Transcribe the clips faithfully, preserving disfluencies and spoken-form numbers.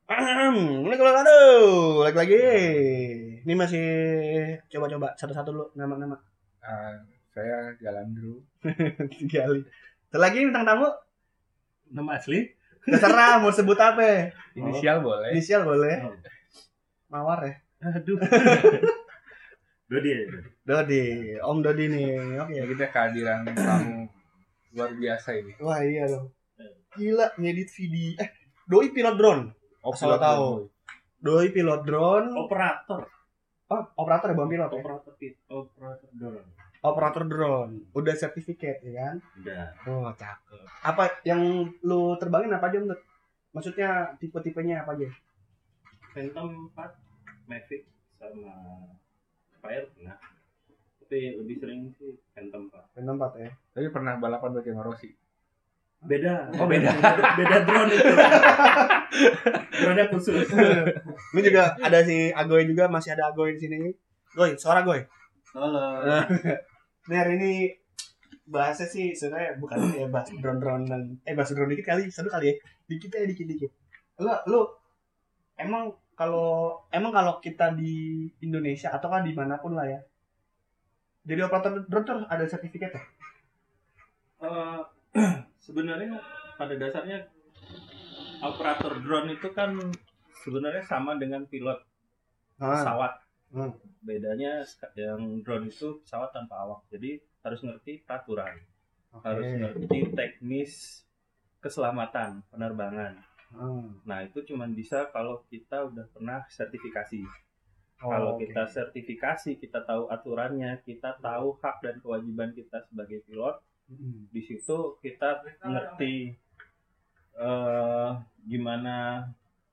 Ini kalau aduh, lagi-lagi. Ini masih coba-coba satu-satu dulu nama-nama. Uh, saya Galandru. Gali. Lagi bintang tamu. Nama asli? Terserah mau sebut apa. Inisial oh. boleh. Inisial boleh. Oh. Mawar ya. Aduh. Dodi ya. Dodi, Om Dodi nih. Oke. Okay. Kita kehadiran tamu luar biasa ini. Wah iya dong. Gila ngedit video. Eh, Doi pilot drone. Oh, pilot tahu. Doi pilot drone. Operator. Oh, operator ya, bukan pilot. Operator ya? Operator drone. Operator drone. Udah sertifikat ya kan? Udah. Oh, cakep. Apa yang lu terbangin apa aja, menurut? Maksudnya tipe-tipenya apa aja? Phantom empat, Mavic sama Fire pernah. Tapi lebih sering sih Phantom empat. Phantom empat ya. Tapi pernah balapan pakai Marosi. Beda. Oh, beda. Beda, beda drone itu. Drone khusus. Lu juga ada si Agoy juga, masih ada Agoy di sini. Goy, suara Goy. Halo. Nih hari ini bahasnya sih sebenarnya bukan ya bahas drone-drone dan eh bahas drone dikit kali, satu kali ya. Dikit aja dikit-dikit. Lu lu emang kalau emang kalau kita di Indonesia atau kan dimanapun lah ya. Jadi operator drone tuh ada sertifikat ya? Uh, sebenarnya pada dasarnya operator drone itu kan sebenarnya sama dengan pilot ah. pesawat. Hmm. Bedanya yang drone itu pesawat tanpa awak, jadi harus ngerti peraturan, okay. harus ngerti teknis keselamatan penerbangan. Hmm. Nah itu cuma bisa kalau kita udah pernah sertifikasi. Oh, kalau okay. kita sertifikasi, kita tahu aturannya, kita tahu hak dan kewajiban kita sebagai pilot. Hmm. Di situ kita ngerti uh, gimana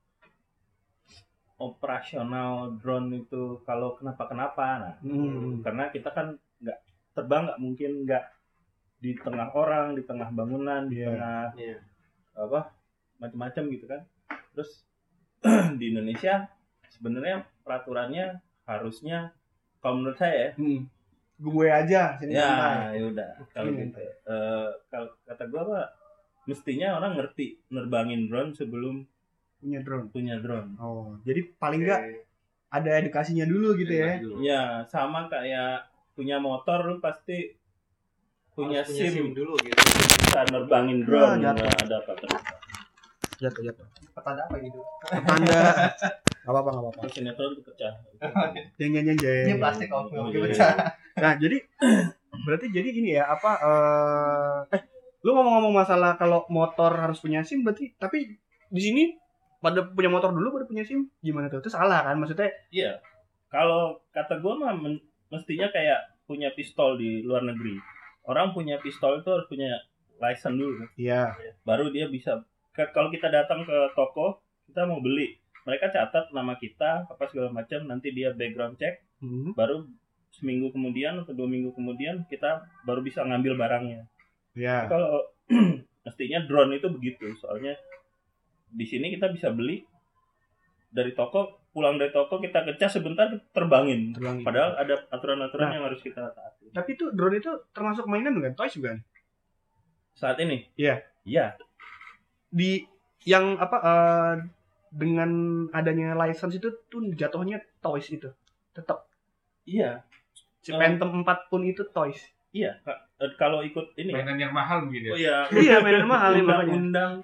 operasional drone itu kalau kenapa-kenapa. Nah, hmm. karena kita kan nggak terbang, nggak mungkin nggak di tengah orang, di tengah bangunan, yeah. di tengah yeah. apa macam-macam gitu kan. Terus di Indonesia sebenarnya peraturannya harusnya kalau menurut saya hmm. gue aja sini ya ya udah kalau gitu uh, kalau kata gue apa mestinya orang ngerti nerbangin drone sebelum punya drone punya drone. Oh jadi paling nggak okay. ada edukasinya dulu gitu ya. Ya sama kayak punya motor lu pasti punya, punya SIM, SIM dulu gitu bisa nerbangin drone. Nah, jatuh. Ada apa terus jatuh jatuh petanda apa gitu petanda nggak apa apa nggak apa apa sinetron itu pecah jeng jeng jeng jeng ini plastik oke oh, oke pecah. Nah jadi berarti jadi ini ya apa uh, eh lu ngomong-ngomong masalah kalau motor harus punya SIM berarti tapi di sini pada punya motor dulu pada punya SIM gimana tuh? Itu salah kan maksudnya? Iya. Kalau kata gue mah men- mestinya kayak punya pistol di luar negeri. Orang punya pistol itu harus punya license dulu. Iya. Baru dia bisa. Kalau kita datang ke toko, kita mau beli, mereka catat nama kita apa segala macam. Nanti dia background check. Hmm. Baru seminggu kemudian atau dua minggu kemudian kita baru bisa ngambil barangnya. Iya. Kalau mestinya drone itu begitu. Soalnya di sini kita bisa beli dari toko, pulang dari toko kita ngecas sebentar terbangin. terbangin. Padahal ada aturan-aturan nah, yang harus kita taati. Tapi itu drone itu termasuk mainan bukan? Toys bukan? Saat ini? Iya. Iya. Di yang apa uh, dengan adanya license itu tuh jatuhnya toys itu. Tetap. Iya. Si uh, Phantom empat pun itu toys. Iya. Kalau ikut ini mainan yang mahal mungkin ya. Oh iya. Iya, mainan mahal undang-undang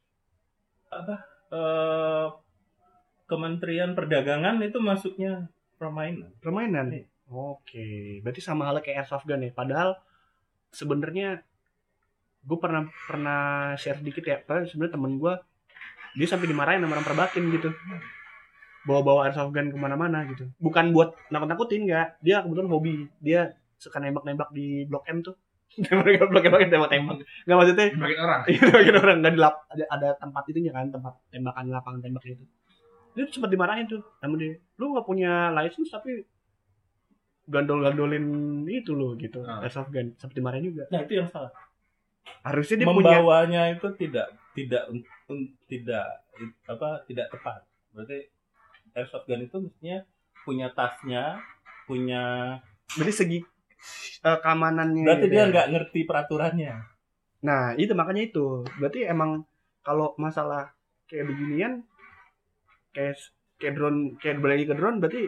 apa uh, Kementerian Perdagangan itu masuknya permainan. Permainan. Nih. Oke, berarti sama halnya kayak airsoft gun ya. Padahal sebenarnya gue pernah pernah share sedikit ya. Padahal sebenarnya temen gue dia sampai dimarahin sama orang perbakin gitu. Bawa-bawa airsoft gun kemana-mana gitu. Bukan buat nakut-nakutin nggak. Dia kebetulan hobi. Dia suka nembak-nembak di Blok M tuh. Mereka blok-blok tembak-tembak. Enggak maksudnya nembakin orang. Iya, nembakin orang enggak di lap ada, ada tempat itunya kan, tempat tembakan lapangan tembak itu. Dia sempat dimarahin tuh sama dia. Lu enggak punya license tapi gandol-gandolin itu loh gitu. Hmm. Airsoft gun sempat dimarahin juga. Nah, itu yang salah. Harusnya dia membawanya punya... itu tidak tidak un, tidak apa tidak tepat. Berarti airsoft gun itu mestinya punya tasnya, punya berarti segi Uh, keamanannya. Berarti gitu dia ya. nggak ngerti peraturannya. Nah itu makanya itu. Berarti emang kalau masalah kayak beginian kayak kayak drone kayak balik lagi ke drone berarti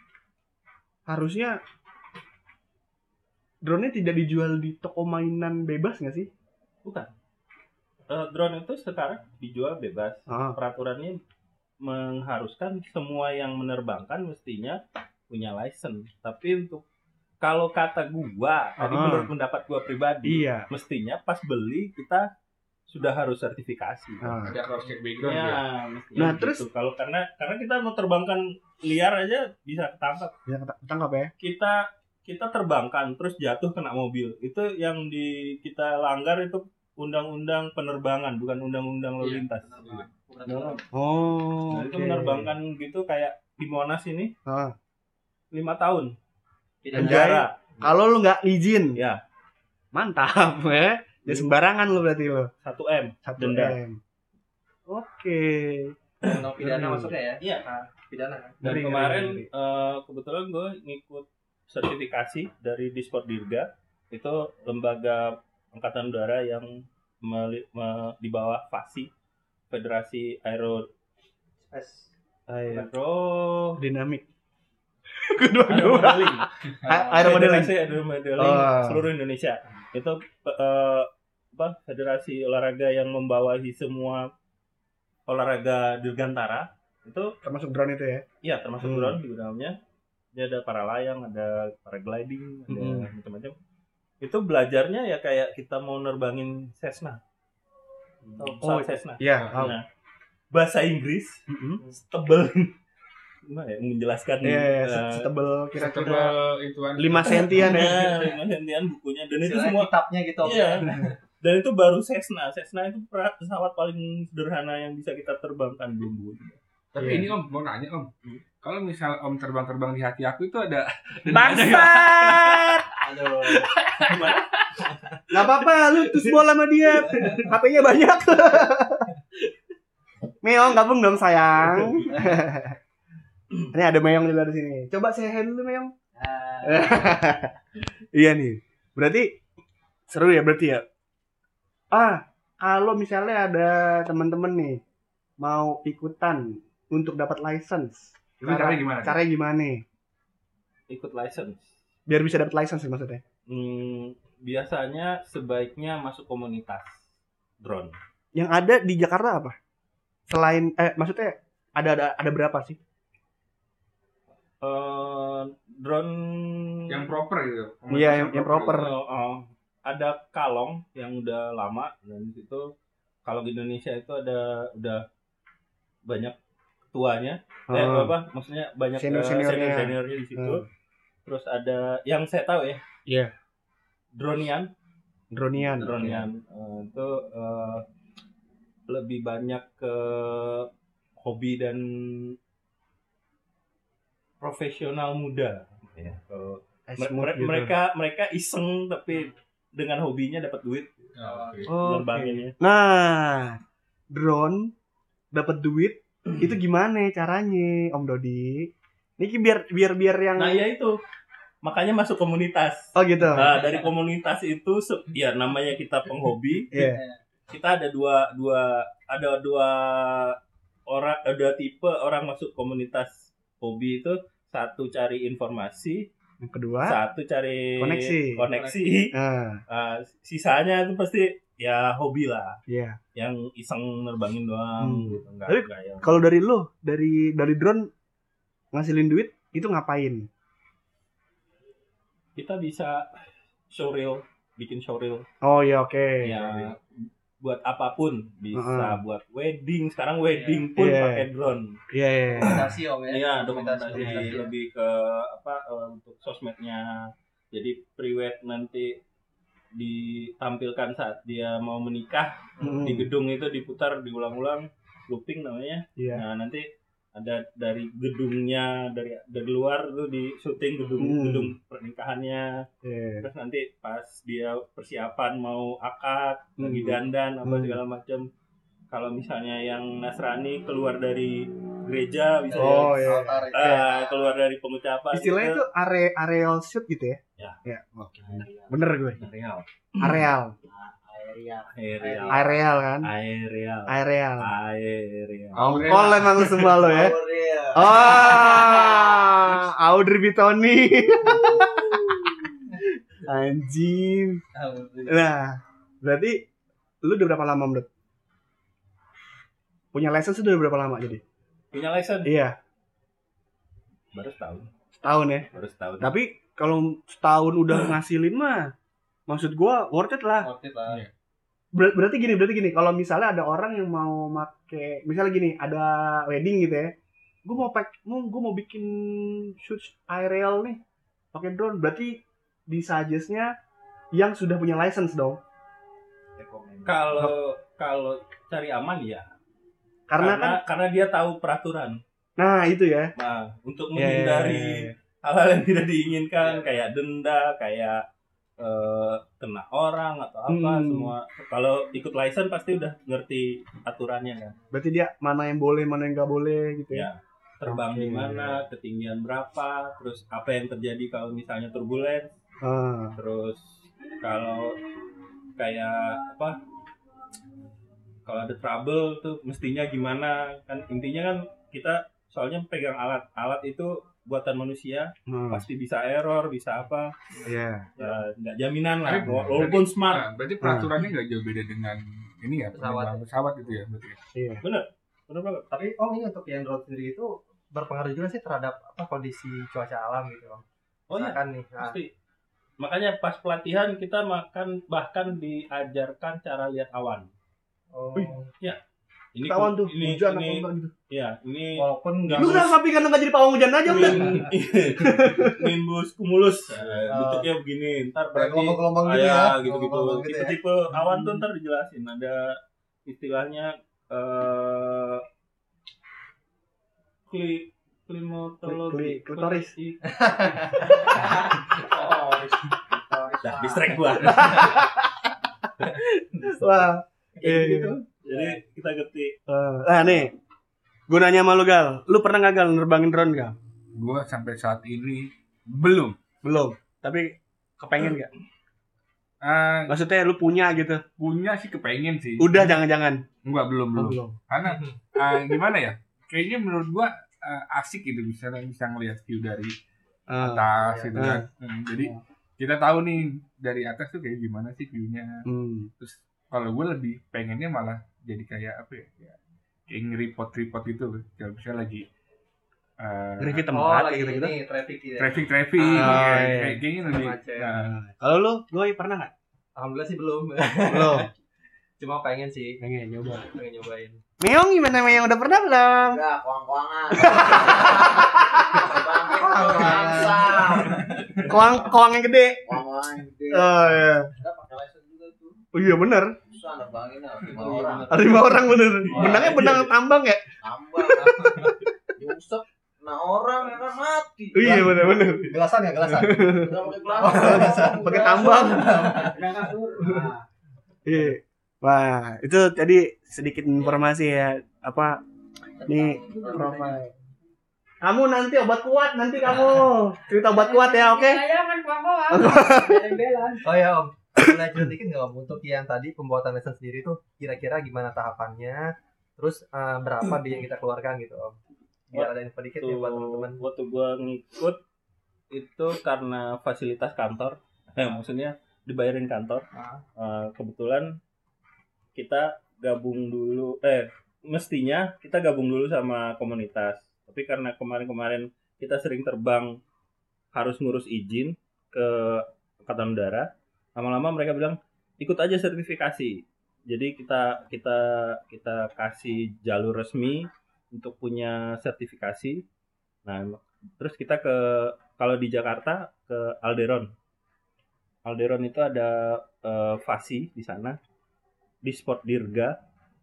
harusnya drone-nya tidak dijual di toko mainan bebas nggak sih? Bukan. Uh, drone itu sekarang dijual bebas. Ah. Peraturannya mengharuskan semua yang menerbangkan mestinya punya license. Tapi untuk kalau kata gua, tadi Ah. menurut pendapat gua pribadi, Iya. mestinya pas beli kita sudah harus sertifikasi. Ah. Ada cross check background Ya, ya. mestinya Nah, gitu. terus- Kalau karena karena kita mau terbangkan liar aja bisa ketangkap. Ya ketangkap ya. Kita kita terbangkan terus jatuh kena mobil. Itu yang di kita langgar itu undang-undang penerbangan, bukan undang-undang lalu Iya, lintas. penerbangan. Oh. Nah, itu oke. menerbangkan gitu kayak di Monas ini Ah. lima tahun Anjay. penjara. Kalau lu nggak izin, Ya, mantap ya. Ya sembarangan lu berarti lu. satu M Satu denda. M. Oke. Undang pidana Ngeri. masuknya ya? Iya. Pidana kan? Dan Ngeri, kemarin ngeri, ngeri. eh, kebetulan gue ngikut sertifikasi dari Disport Dirga, itu lembaga angkatan udara yang meli- me- di bawah FASI, Federasi Aero Space. Aero Dinamik. Aero Kedua-dua. Modeling. A- Aeromodeling. Federasi Aero Modeling Oh. seluruh Indonesia. Itu eh, apa federasi olahraga yang membawahi semua olahraga dirgantara. Itu Termasuk drone itu ya. iya termasuk Hmm. drone di dalamnya. Dia ada para layang, ada paragliding, ada Hmm. macam-macam. Itu belajarnya ya kayak kita mau nerbangin Cessna. Tahu pesawat Oh, Cessna. Iya, tahu. Nah, bahasa Inggris Mm-mm. tebel. Gimana ya menjelaskan Iya, iya, eh, se- setebel kira-kira Setebal ituan. lima sentian ya. Nah, lima sentian bukunya dan itu Istilahnya semua kitabnya gitu. iya. Dan itu baru Cessna. Cessna itu pra- pesawat paling sederhana yang bisa kita terbangkan dulu. Tapi Iya. ini Om mau nanya Om. Hmm. Kalau misal Om terbang-terbang di hati aku itu ada Bangsat. Aduh. Gak apa-apa, lu terus bola sama dia. H P-nya banyak. Meong, gabung dong sayang. Ini ada Meong juga di sini. Coba saya hand dulu Meong. Ah, Iya nih. Berarti seru ya berarti ya. Ah, kalau misalnya ada teman-teman nih mau ikutan untuk dapat license. itu caranya gimana? Caranya gimana nih? Ikut license. Biar bisa dapat license maksudnya. Hmm, biasanya sebaiknya masuk komunitas drone. Yang ada di Jakarta apa? Selain eh maksudnya ada ada ada berapa sih? Eh, drone Yang proper gitu. Iya, yang- yang proper. Oh, oh. Ada Kalong yang udah lama dan itu kalau di Indonesia itu ada udah banyak ketuanya. Eh, Oh. apa? Maksudnya banyak Senior-seniornya. senior seniornya di situ. Hmm. Terus ada yang saya tahu ya. Iya. Dronian, Dronian. Dronian Eh, itu eh, lebih banyak ke hobi dan profesional muda. Ya. Kalau Eh, Mer- smooth mere- gitu. mereka mereka iseng tapi dengan hobinya dapat duit Oh, oke. Oh, oke. nerbanginnya. Nah, drone dapat duit itu gimana caranya, Om Dodi? Ini biar biar biar yang Nah ya itu makanya masuk komunitas. Oh gitu. Nah dari komunitas itu se- ya namanya kita penghobi. Iya. Kita ada dua dua ada dua orang ada tipe orang masuk komunitas hobi itu. Satu cari informasi, Yang kedua, satu cari Koneksi. koneksi. nah, Ah, sisanya itu pasti ya hobi lah, iya. yang iseng nerbangin doang Hmm. gitu. Enggak, Tapi enggak yang Kalau dari lu, dari dari drone ngasilin duit itu ngapain? kita bisa showreel, bikin showreel Oh iya oke. ya buat apapun, bisa Heeh. buat wedding, sekarang wedding pun Iya. pakai drone. Iya iya. iya. dokumentasi Om ya. Iya, dokumentasi Dokumentasi. lebih ke apa eh, untuk sosmednya. Jadi pre-wed nanti ditampilkan saat dia mau menikah Hmm. di gedung itu diputar diulang-ulang, looping namanya. Iya. Nah, nanti ada dari gedungnya dari dari luar tuh di syuting gedung Hmm. gedung pernikahannya. Iya. Terus nanti pas dia persiapan mau akad, Hmm. lagi dandan apa Hmm. segala macam. Kalau misalnya yang Nasrani keluar dari gereja bisa Oh iya. Altar itu. eh, keluar dari pengucapan. Istilahnya gitu. itu are areal shoot gitu ya? Ya. Ya, oke. Bener gue. Real. Areal. Nah, air Aerial. Aerial. Aerial kan? Aerial. Aerial. Aerial. Ongkol emang lu semua lo ya. Aerial. Oh, Audrey Bitoni. Anjing. Nah, berarti lu udah berapa lama, Bro? Punya license udah berapa lama jadi? Punya license Iya, baru setahun. setahun ya. Baru setahun. Tapi kalau setahun udah ngasilin mah, maksud gua worth it lah. Worth it lah. Ber- berarti gini, berarti gini. Kalau misalnya ada orang yang mau make, misalnya gini, ada wedding gitu ya, gua mau pack, mau gua mau bikin shoot aerial nih, pakai drone. Berarti di suggest-nya yang sudah punya license dong. Kalau kalau cari aman ya. Karena, Karena kan, karena dia tahu peraturan. nah itu ya. Nah, untuk Ya, ya, ya, menghindari ya. hal-hal yang tidak diinginkan kayak denda, kayak eh, kena orang atau apa Hmm. semua. Kalau ikut license pasti udah ngerti aturannya kan. Berarti dia mana yang boleh, mana yang nggak boleh gitu ya. Ya. Terbang Oke. di mana, ketinggian berapa, terus apa yang terjadi kalau misalnya turbulence, Ah. terus kalau kayak apa? Kalau ada trouble tuh mestinya gimana kan, intinya kan kita soalnya pegang alat alat itu buatan manusia, Hmm. pasti bisa error, bisa apa, Iya. ya nggak jaminan lah Tapi walaupun berarti- smart. Nah, berarti peraturannya nggak jauh beda dengan ini ya, Pesawat. penerbangan pesawat itu ya berarti. ya? Iya. Bener banget. Tapi Om ini untuk yang drone sendiri itu berpengaruh juga sih terhadap apa kondisi cuaca alam gitu Om. Oh iya, Misalkan nih, nah, pasti. Makanya pas pelatihan kita makan bahkan diajarkan cara lihat awan. oh, Wih. Ini Ketahuan tuh, ini hujan ini, atau enggak gitu. ya ini walaupun nggak Lu kenapa pikir nggak jadi pawang hujan aja udah? Min, nimbus cumulus. Eh, bentuknya begini, ntar berarti gelombang-gelombang gitu ah, ya, gitu gitu. gelombang gitu ya. Tipe-tipe awan tuh ntar dijelasin. Ada istilahnya eh kli klimatologi. Kli- klitoris. Kli- Oh, Dah, distract gua. Wah. Kayak Iya, gitu. Jadi kita ngerti. Eh, Nah nih, gue nanya sama lu Gal, lu pernah nggak Gal nerbangin drone Gal? Gua sampai saat ini belum. Belum. Tapi kepengen nggak? Ah, Maksudnya lu punya gitu? punya sih kepengen sih. Udah jangan-jangan. Enggak, belum belum. Belum. Karena ah, gimana ya? Kayaknya menurut gua ah, asik gitu bisa bisa ngelihat view dari Ah. atas iya. gitu kan. Hmm, jadi kita tahu nih dari atas tuh kayak gimana sih view-nya. Hmm. Terus kalau gue lebih pengennya malah jadi kayak apa ya? ya kayak nge-report-report gitu. Kalau misalnya lagi uh, Review Oh, tempat lagi gitu gitu. ini traffic gitu ya. traffic traffic Ah, ya, iya. kayak kayaknya lebih Macet. nah, Kalau lu, gue pernah nggak? Alhamdulillah sih belum. Belum. Cuma pengen sih, Pengen nyoba. pengen nyobain. Meong gimana Meong? Udah pernah belum? Enggak, kuang-kuangan. Koang koang yang gede. Kuang-kuangan gitu. Oh iya. Enggak pakai license juga tuh. Oh iya bener. Susah nerbangin lah, lima Oh, iya, orang. bener. Ada lima orang bener. Benangnya benang tambang ya? Tambah. Nyungsep. Nah orang ya kan mati. Oh iya bener bener. Gelasan ya, gelasan. Udah pakai gelas. Pakai tambang. Iya. Wah, itu tadi sedikit informasi ya. Apa nih profil. Kamu nanti obat kuat nanti kamu cerita obat kuat ya, oke? Oh ya Om, boleh cerita dikit nggak Om untuk yang tadi pembuatan license sendiri tuh kira-kira gimana tahapannya? Terus eh, berapa biaya yang kita keluarkan gitu Om? Biar ada info dikit nih buat teman-teman. Waktu gua ngikut itu karena fasilitas kantor, eh, maksudnya dibayarin kantor. Ah. Eh, kebetulan kita gabung dulu, eh mestinya kita gabung dulu sama komunitas. Tapi karena kemarin-kemarin kita sering terbang harus ngurus izin ke Angkatan Udara, lama-lama mereka bilang ikut aja sertifikasi. Jadi kita kita kita kasih jalur resmi untuk punya sertifikasi. Nah, terus kita ke kalau di Jakarta ke Alderon. Alderon itu ada eh, Fasi di sana, di Sport Dirga.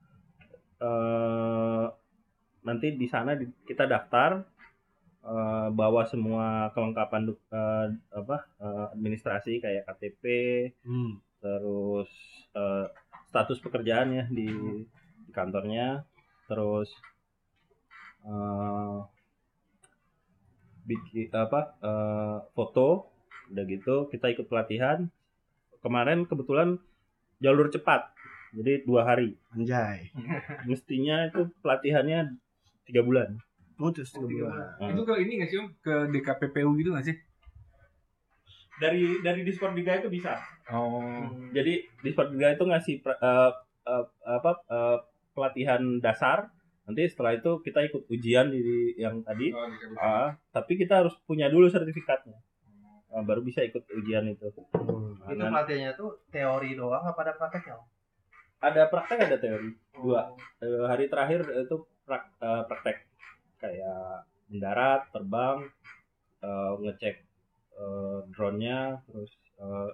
Eh, nanti di sana di- kita daftar, eh, bawa semua kelengkapan du- eh, apa eh, administrasi kayak K T P, Hmm. terus eh, status pekerjaan ya di, di kantornya, terus eh, bikin apa eh, foto, udah gitu kita ikut pelatihan. Kemarin kebetulan jalur cepat. Jadi dua hari. Anjay. Mestinya itu pelatihannya tiga bulan. Mutus tiga bulan. Nah, Itu ke ini nggak sih om? Ke D K P P U gitu nggak sih? dari dari Disportiga itu bisa. Oh. Jadi Disportiga itu ngasih pra- eh, eh, apa eh, pelatihan dasar. Nanti setelah itu kita ikut ujian di yang tadi. Oh, D K P P U. Ah, tapi kita harus punya dulu sertifikatnya. Ah, baru bisa ikut ujian itu. Nah, Itu nan- pelatihannya tuh teori doang apa ada prakteknya? Om? ada praktek ada teori. Dua. Oh. Eh, hari terakhir itu prak- eh, praktek kayak mendarat, terbang, eh, ngecek eh, drone-nya, terus eh,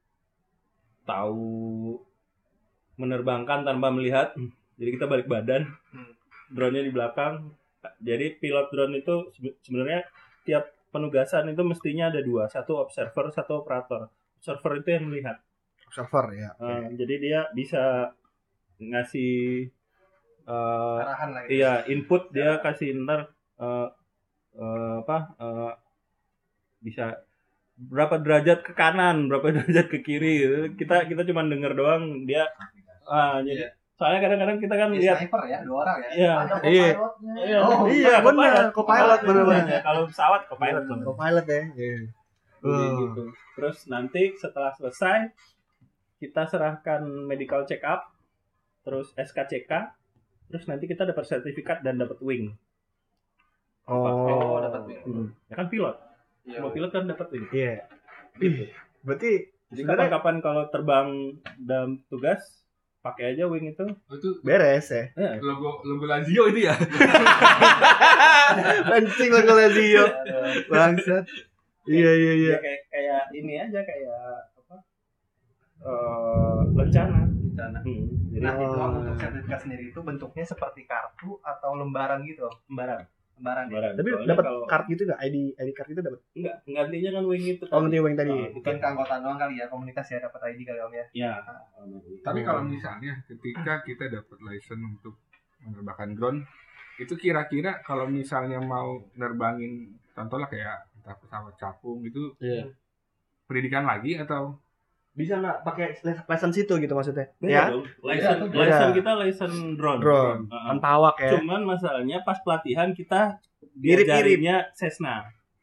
tahu menerbangkan tanpa melihat. Jadi kita balik badan, Hmm. drone-nya di belakang. Jadi pilot drone itu sebe- sebenarnya tiap penugasan itu mestinya ada dua, satu observer, satu operator. Observer itu yang melihat. Server ya. Eh, jadi dia bisa ngasih eh, Arahan lah gitu. iya input, dia kasih ntar eh, eh, apa eh, bisa berapa derajat ke kanan, berapa derajat ke kiri gitu. Kita kita cuma denger doang dia. Ah, jadi soalnya kadang-kadang kita kan Dia lihat sniper ya, dua orang ya. iya. Ada Iya. co-pilotnya. Iya, Oh, iya, bener. Co-pilot, bener-bener. Ya, kalau pesawat co-pilot bener. Co-pilot ya. Iya. Jadi Oh. gitu. Terus nanti setelah selesai kita serahkan medical check up, terus S K C K, terus nanti kita dapat sertifikat dan dapat wing. Oh, dapat wing. Hmm. Ya kan pilot. Iya. Semua pilot kan dapat wing. Iya. Gitu. Berarti Jadi sebenarnya kapan-kapan kalau terbang dalam tugas pakai aja wing itu. Oh, itu beres ya. Eh, logo logo Lazio itu ya? Pancing lah kalau Lazio. Bangsat. Iya iya iya. ya kayak kayak ini aja kayak apa? Eh, lencana. Sana. Hmm. Jadi Nah, itu Oh. untuk sertifikat sendiri itu bentuknya seperti kartu atau lembaran gitu. sembarang. Lembaran. ya? Sembarang. Tapi Soalnya dapat kalau card gitu nggak? I D I D card itu dapat. enggak, gantinya kan wing itu. Oh, nanti yang tadi. Ah, Bukan keanggotaan doang kali ya, komunitas ya dapat I D kali Om ya. Ya. Tapi kalau misalnya ketika kita dapat license untuk menerbangkan drone, itu kira-kira kalau misalnya mau nerbangin contohnya kayak entah pesawat capung gitu, Iya. pendidikan lagi atau Bisa nggak pakai license itu gitu maksudnya? Beda Ya. dong. License, Beda. license kita license drone. Drone. Uh-uh. Tanpa awak ya. Cuman masalahnya pas pelatihan kita Mirip-mirip. diajarinnya Cessna.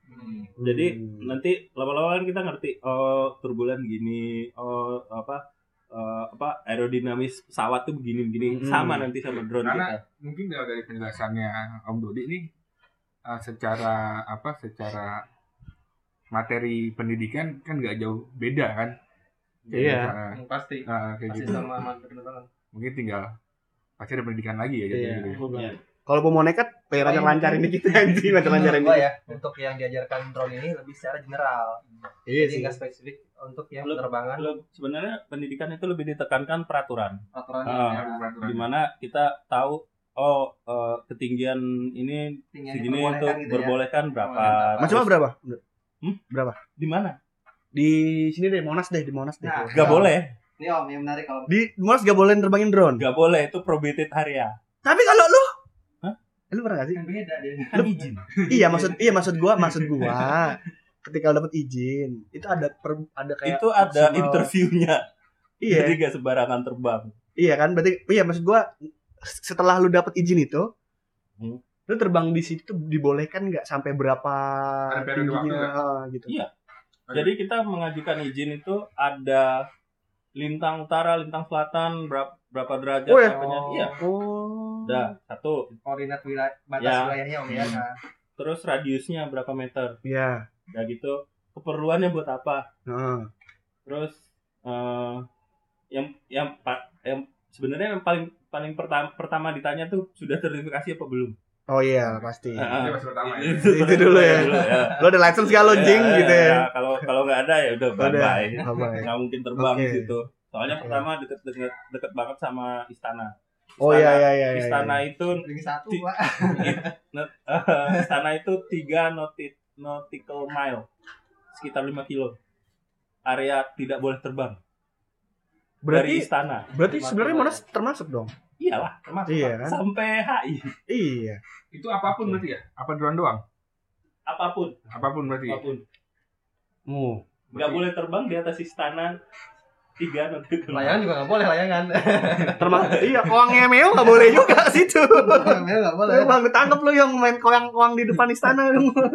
Jadi Hmm. nanti lama-lama kan kita ngerti oh turbulen gini, oh apa eh, apa aerodinamis pesawat tuh begini-begini. Hmm. Sama nanti sama drone Karena- kita. mungkin kalau dari penjelasannya Om Dodi ini uh, secara apa secara materi pendidikan kan nggak jauh beda kan? Kayak Iya. misalnya, Hmm, pasti. uh, kayak Pasti gitu. sama sama penerbangan. Mungkin tinggal pasti ada pendidikan lagi ya jadi Iya. gitu. Iya. Kalau mau nekat, bayar aja lancarin dikit anjing, lancar-lancarin Menurut gua dikit. ya, untuk yang diajarkan drone ini lebih secara general. Iya Jadi sih. nggak spesifik untuk yang Lu- penerbangan. Lo- Sebenarnya pendidikan itu lebih ditekankan peraturan. Aturan Ah, ya. Peraturan. Dimana kita tahu oh eh, ketinggian ini Tinggi yang segini itu diperbolehkan gitu ya. diperbolehkan berapa. Diperbolehkan. Maksimal Terus- berapa? Hmm? Berapa? Di mana? Di sini deh, Monas deh, di Monas deh. Nah, Gak Iya. boleh. Ini Om yang menarik kalau Di Monas gak boleh nerbangin drone. Gak boleh, itu prohibited area. Tapi kalau lu, Hah? Lu pernah gak sih? kan beda dia. Kan izin. Iya, maksud iya maksud gua, maksud gua ketika lu dapat izin, itu ada per, ada kayak Itu ada maksimal- interviewnya. Iya. Jadi gak sembarangan terbang. Iya kan? Berarti iya maksud gua setelah lu dapat izin itu, Hmm. lu terbang di situ tuh dibolehkan nggak sampai berapa Ada periode waktu tingginya nggak? ah, gitu. Iya. Jadi kita mengajukan izin itu ada lintang utara, lintang selatan, berapa berapa derajat Oh, ya? apanya. Iya. Oh. Udah, satu. Koordinat wilayah batas Ya. wilayahnya Om ya. Nah, Terus radiusnya berapa meter. Iya. Udah gitu. Keperluannya buat apa? Heeh. Terus eh, yang yang pa- yang sebenarnya yang paling paling pertama pertama ditanya tuh sudah sertifikasi apa belum? Oh iya, pasti. Ah, Itu masih pertama ya. Itu dulu ya. Lu ada license gak lo jing Ya, gitu ya. ya, Kalau kalau nggak ada ya udah bye Udah. bye. Bye-bye. Nggak mungkin terbang di Oke. situ. Soalnya Oke. pertama deket deket deket banget sama istana. Oh iya iya iya. iya. Istana itu ring satu Ti- Pak. istana itu tiga nauti- nautical mile, sekitar lima kilo. Area tidak boleh terbang dari Berarti istana. berarti sebenarnya Monas termasuk dong. Iyalah, Termasuk, Iya Pak. kan? sampai H I Iya. Itu apapun berarti ya? Apa drone doang? apapun, Apapun berarti ya? apapun. Oh. Nggak boleh terbang di atas istana tiga nanti Layangan juga nggak boleh layangan. Termasuk iya, koangnya Meo nggak boleh juga situ. Layangan nggak boleh. Lu bang ditangkap lu yang main koang-koang di depan istana.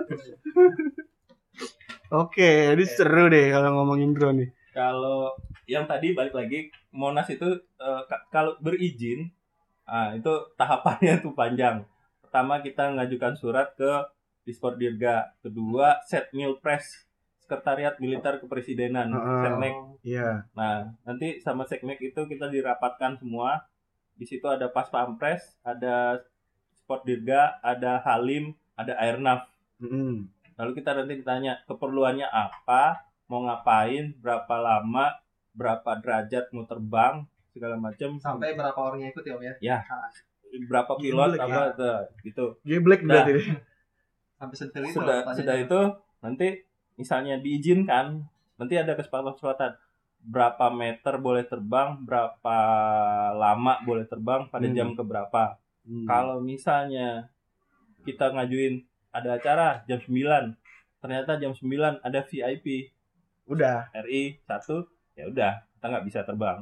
Oke, ini seru deh kalau ngomongin drone nih. Kalau yang tadi balik lagi Monas itu uh, ka- kalau berizin, ah itu tahapannya tuh panjang. Pertama kita ngajukan surat ke Dispordirga, kedua set Milpres Sekretariat Militer Kepresidenan, Uh-uh. Sekmek. Iya. Nah, nanti sama Sekmek itu kita dirapatkan semua. Di situ ada Pas Pampres, ada Sportdirga, ada Halim, ada Airnav. Mm-mm. Lalu kita nanti ditanya keperluannya apa, mau ngapain, berapa lama, berapa derajat mau terbang, segala macam. Sampai berapa orang yang ikut ya Om ya? Berapa pilot Geblek, apa tuh, gitu. Geblek Nah, berarti. Sampai sentil itu. Sudah tanyanya. sudah itu nanti misalnya diizinkan, nanti ada kesepakatan berapa meter boleh terbang, berapa lama boleh terbang, pada Hmm. jam keberapa. Hmm. Kalau misalnya kita ngajuin ada acara jam sembilan, ternyata jam sembilan ada V I P Udah. R I satu, ya udah kita nggak bisa terbang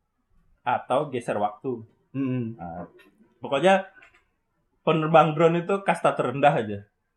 atau geser waktu. Mm-mm. Nah, pokoknya penerbang drone itu kasta terendah aja.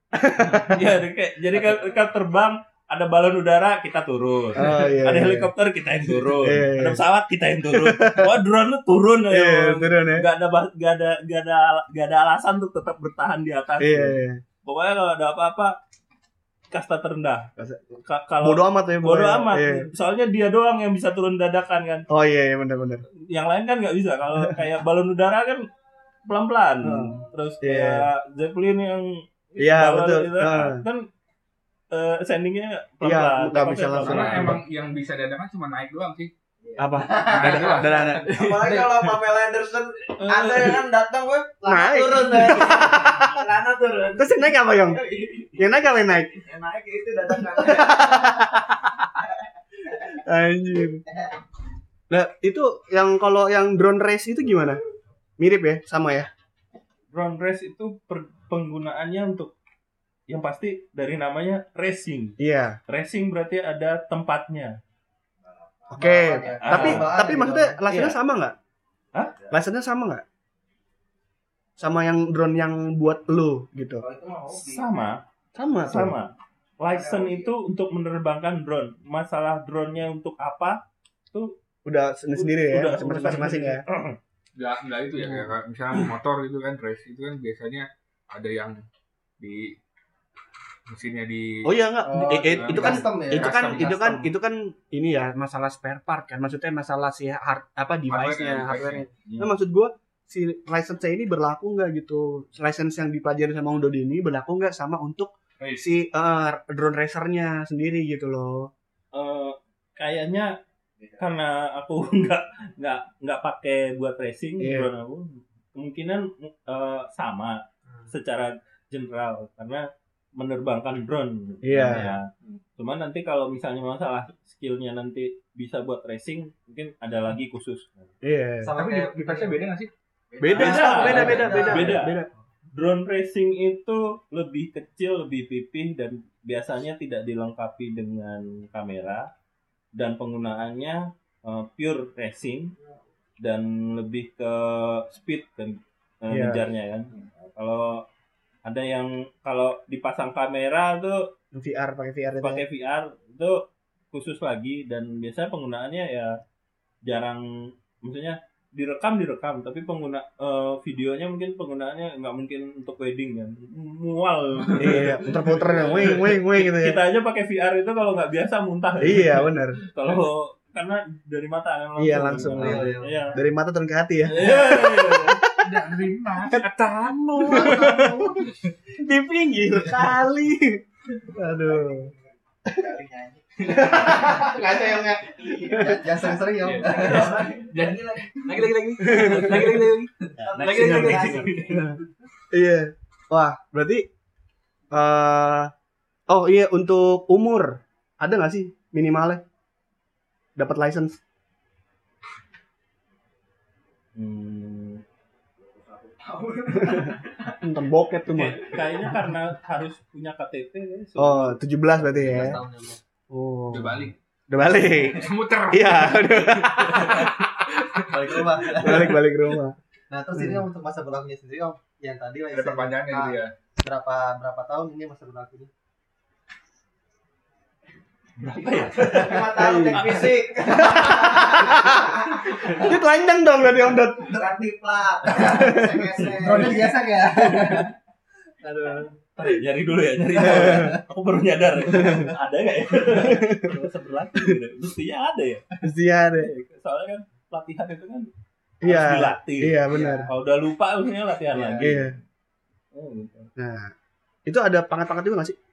Ya, kayak jadi kan kan terbang ada balon udara kita turun, Oh, iya, ada iya. helikopter kita yang turun, Iya, iya. ada pesawat kita yang turun. Wah drone lu turun Iya, ya. turun ya. Gak ada bah- gak ada gak ada gak ada alasan untuk tetap bertahan di atas. Iya, iya. Pokoknya kalau ada apa-apa kasta terendah. Kasta- Ka- kalau Bodoh amat ya. bodo pokoknya. amat. Iya. Soalnya dia doang yang bisa turun dadakan kan. Oh iya, iya benar-benar. Yang lain kan nggak bisa. Kalau kayak balon udara kan pelan-pelan. Hmm. Terus Iya. kayak Zeppelin yang Iya, balon betul. itu, Ah. kan eh, sendingnya Iya, pelan-pelan. nggak Tapi bisa langsung. Karena pelan-pelan. emang yang bisa dadakan cuma naik doang sih. Apa? Naik doang. Dan ada. Apalagi kalau Pamela Anderson Eh, ada yang kan datang gue Naik. turun deh. Lana turun. Terus yang naik apa, Yong? Yang naik apa yang naik? Yang naik itu dadakan. Anjir. Nah, itu yang kalau yang drone race itu gimana? Mirip ya, sama ya? Drone race itu per- penggunaannya untuk yang pasti dari namanya racing. Iya. Racing berarti ada tempatnya. Oke. Balapan ya. Tapi Balapan tapi gitu. maksudnya license-nya Iya. sama nggak? Hah? License-nya sama nggak? Sama yang drone yang buat lu gitu. Kalau itu mah hobi. Sama, Sama tuh. sama. License itu untuk menerbangkan drone. Masalah drone-nya untuk apa? Tuh Udah sendiri ya, udah masing-masing ya. Nggak, nggak itu ya, kayak kayak misalnya motor itu kan race itu kan biasanya ada yang di mesinnya di Oh iya enggak, Oh, Eh, eh, di itu kan custom ya? itu kan Custom, itu kan custom. itu kan ini ya masalah spare part kan, maksudnya masalah si hard apa device-nya, Hardware-nya, hardware-nya. device-nya. Nah, maksud gua si license ini berlaku nggak gitu? License yang dipelajari sama Undo ini berlaku nggak sama untuk Race. si eh, drone racernya sendiri gitu loh? Eh, kayaknya karena aku nggak nggak nggak pakai buat racing Iya. drone aku, kemungkinan eh, sama secara general karena menerbangkan drone. Iya. Ya. Cuman nanti kalau misalnya masalah skillnya nanti bisa buat racing, mungkin ada lagi khusus. Iya. Sama Tapi kayak device-nya beda nggak sih? Beda, Beda. beda, beda, beda, beda, Beda. beda. Drone racing itu lebih kecil, lebih pipih dan biasanya tidak dilengkapi dengan kamera dan penggunaannya eh, pure racing dan lebih ke speed dan eh, Iya. ngejarnya kan. Kalau ada yang kalau dipasang kamera tuh V R pakai V R itu. pakai V R itu khusus lagi dan biasanya penggunaannya ya jarang, maksudnya direkam direkam tapi pengguna eh, videonya mungkin penggunaannya nggak mungkin untuk wedding kan, mual. Iya, puter-puter ya, wing, wing, wing gitu ya. Kita aja pakai V R itu kalau nggak biasa muntah. Iya, benar. Kalau karena dari mata kan langsung. Iya, langsung. Iya, iya. Iya. Dari mata turun ke hati ya. Iya, iya, iya. Tidak terima. Kamu di pinggir kali. Aduh. Ngaca ya enggak? Jangan sering-sering ya Om. Jadi lagi. lagi lagi lagi lagi lagi lagi. Lagi lagi lagi. Iya. Wah, berarti eh oh iya, untuk umur ada nggak sih minimalnya dapat license? Hmm. Nonton bokep tuh mah. Kayak- Kayaknya karena harus punya K T P ya. Oh, tujuh belas berarti ya. tujuh belas tahun ya Om. Oh. Udah balik. Udah balik. Muter. Iya, udah Balik ke rumah. balik balik ke rumah. Nah, terus ini Om, untuk masa berlakunya sendiri Om, yang tadi Ada perpanjangannya gitu ya. Berapa berapa tahun ini masa berlakunya? Berapa ya? lima tahun tek fisik. Itu telanjang dong berarti Om Dot. Berarti plat. Drone biasa ya. Aduh. Ntar ya, nyari dulu ya, nyari dulu. Aku baru nyadar. Ada nggak ya? Masa berlaku gitu. Mestinya ada ya. Mesti ada. Soalnya kan pelatihan itu kan Iya. harus dilatih. Iya, benar. Kalau udah lupa maksudnya latihan Iya. lagi. Iya. Oh, gitu. Nah, itu ada pangkat-pangkat juga nggak sih?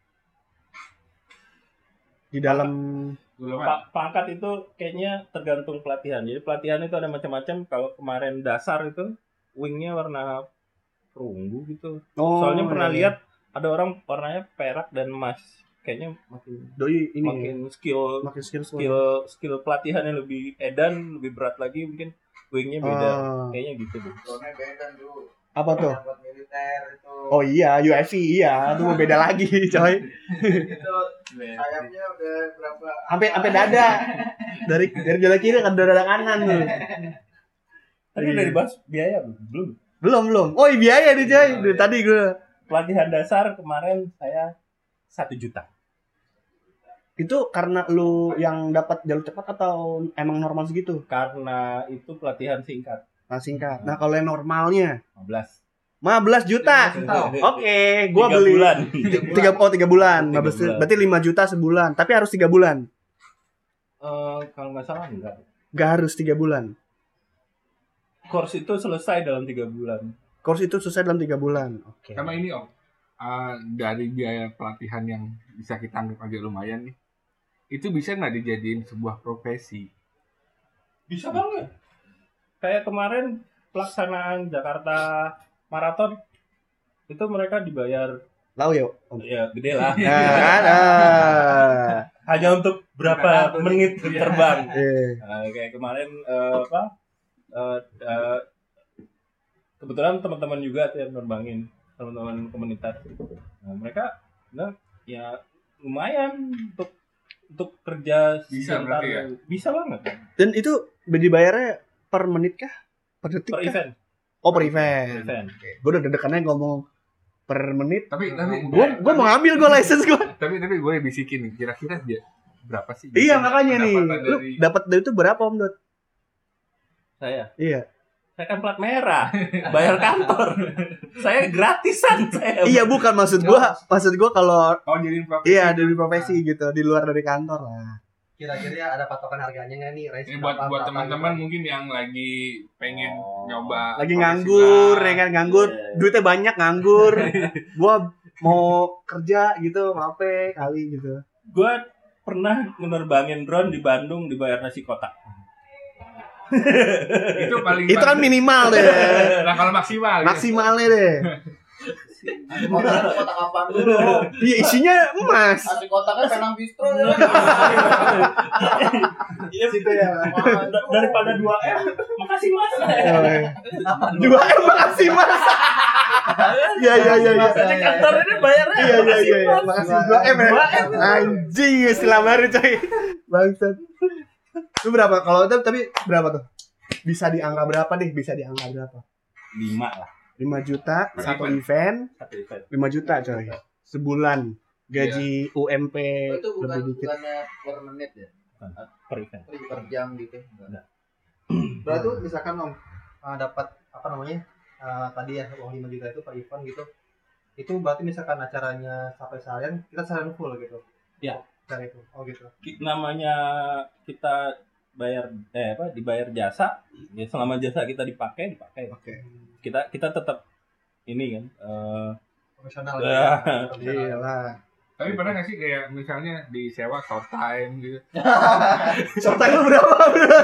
Di dalam Belum Pa- pangkat itu kayaknya tergantung pelatihan. Jadi pelatihan itu ada macam-macam. Kalau kemarin dasar itu wingnya warna perunggu gitu. oh, Soalnya pernah iya. lihat ada orang warnanya perak dan emas. Kayaknya makin doi ini makin skill makin skill skill skill pelatihan yang lebih edan, lebih berat lagi, mungkin wingnya beda. Oh. Kayaknya gitu deh. Drone beda dulu. Apa tuh? Buat militer itu. Oh iya, U F V iya, itu mau beda lagi, coy. Itu sayapnya udah berapa? Sampai sampai dada. Dari dari dada kiri ke dada kanan tuh. Tadi Iya. udah dibahas biaya belum? Belum belum. Oh, iya, biaya nih, coy. Dari tadi gue. Pelatihan dasar kemarin saya satu juta. Itu karena lu yang dapat jalur cepat atau emang normal segitu? Karena itu pelatihan singkat. Nah, singkat. Nah, kalau yang normalnya lima belas lima belas juta. Oke, gua Tiga beli bulan. tiga oh tiga bulan. Tiga lima belas bulan. berarti lima juta sebulan, tapi harus tiga bulan. Eh, kalau nggak salah enggak. Gak harus tiga bulan. Course itu selesai dalam tiga bulan. Course itu selesai dalam tiga bulan. Oke. Sama ini Om, uh, dari biaya pelatihan yang bisa kita anggap agak lumayan nih, itu bisa nggak dijadiin sebuah profesi? Bisa banget. Kayak kemarin pelaksanaan Jakarta Marathon itu mereka dibayar Tahu ya, Om. ya gede lah. Nah, kan? Ah. Hanya untuk berapa menit terbang. Eh. Nah, kayak kemarin eh, apa? eh, eh, kebetulan teman-teman juga tuh yang nerbangin, teman-teman komunitas. Nah, mereka nah ya lumayan untuk untuk kerja Bisa sebentar. berarti ya? Bisa banget Dan itu dibayarnya per menit kah? Per detik per kah? event. Oh, per Per event. event. Gue udah deg-degannya ngomong per menit. Tapi tapi Gue gue mau ngambil gue license gue. tapi tapi gue bisikin nih, kira-kira dia berapa sih? Iya, makanya nih. pendapatan Lu dari- dapat dari itu berapa, Om Dot? Saya Iya. saya kan plat merah, bayar kantor. Saya gratisan saya. Iya, bukan maksud gua. Maksud gua kalau Oh, jadiin profesi. iya dari profesi gitu, di luar dari kantor lah. Kira-kira ada patokan harganya nggak nih? Race Ini buat berapa, buat berapa teman-teman gitu? mungkin yang lagi pengen Oh. nyoba Lagi profesi nganggur, baru. ya kan nganggur, Iya. duitnya banyak nganggur. Gua mau kerja gitu, ngapain kali gitu. Gue pernah menerbangin drone di Bandung dibayar nasi kotak. Itu paling Itu kan minimal deh. Nah, kalau maksimal gitu. Maksimalnya deh. Kotak kotak apaan dulu? Iya, isinya emas. Nasi kotaknya penang bistro ya. Iya, Situ ya. Da- daripada dua M, makasih mas. Dua M makasih mas. Iya iya iya iya. Di kantor ini bayarnya Iya iya makasih iya. mas. Makasih dua M ya. Anjing istilah baru coy. Bangsat. Lu berapa? Kalau tapi, tapi berapa tuh? Bisa di angka berapa deh? Bisa di angka berapa? Lima lah. lima juta Per satu event. event, Satu event. lima juta coy. Sebulan gaji U M P Itu bukan lebih dikit. bukannya per menit ya? Per event. Per jam gitu. Enggak. Berarti misalkan Om uh, dapat apa namanya uh, tadi ya uang lima juta itu per event gitu, itu berarti misalkan acaranya sampai seharian kita seharian full gitu. Ya. Cara itu. Oh gitu. Ki- Namanya kita bayar eh apa dibayar jasa, ya selama jasa kita dipakai dipakai. Oke. Kita kita tetap ini kan eh Profesional. Ya. Profesional. Iya lah. Tapi pernah nggak sih kayak misalnya disewa short time gitu? Short time lu berapa?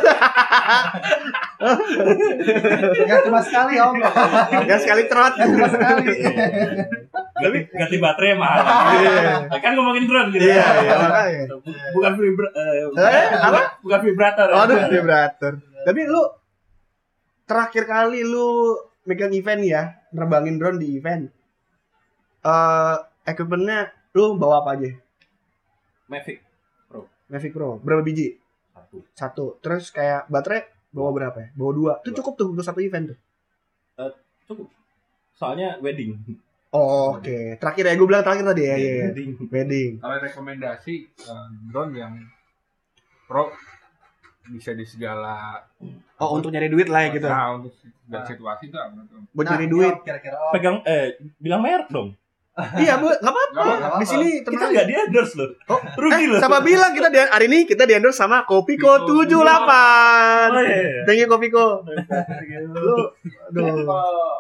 Ya cuma sekali Om. Ya sekali trot. Cuma sekali. ganti, ganti baterai mahal. Iya. Kan ngomongin drone gitu. Iya iya makanya. Bukan vibra eh, Eh, apa? bukan vibrator. Aduh, vibrator. Tapi lu terakhir kali lu megang event ya, nerbangin drone di event. Eh, equipmentnya lu bawa apa aja? Mavic Mavic Pro. Berapa biji? Satu. Satu. Terus kayak baterai bawa berapa ya? Bawa dua. Itu cukup tuh untuk satu event tuh. Cukup. Soalnya wedding. Oh, oke. Okay. Terakhir ya, gue bilang terakhir tadi ya. Iya, iya. Wedding. Wedding. Kalau rekomendasi uh, drone yang pro bisa di segala Oh, untuk nyari duit lah ya gitu. Nah, untuk segala situasi itu apa tuh? Buat Nah, nyari duit. Om, kira-kira Om. Pegang eh bilang merek dong. Iya, Bu. Enggak apa-apa. Nggak apa-apa. Di sini Kita tenang. enggak di endorse loh. Oh, Rugi eh, loh. sama bilang kita di, hari ini kita di endorse sama Kopiko tujuh delapan. Oh, iya. Thank you Kopiko. Lu aduh.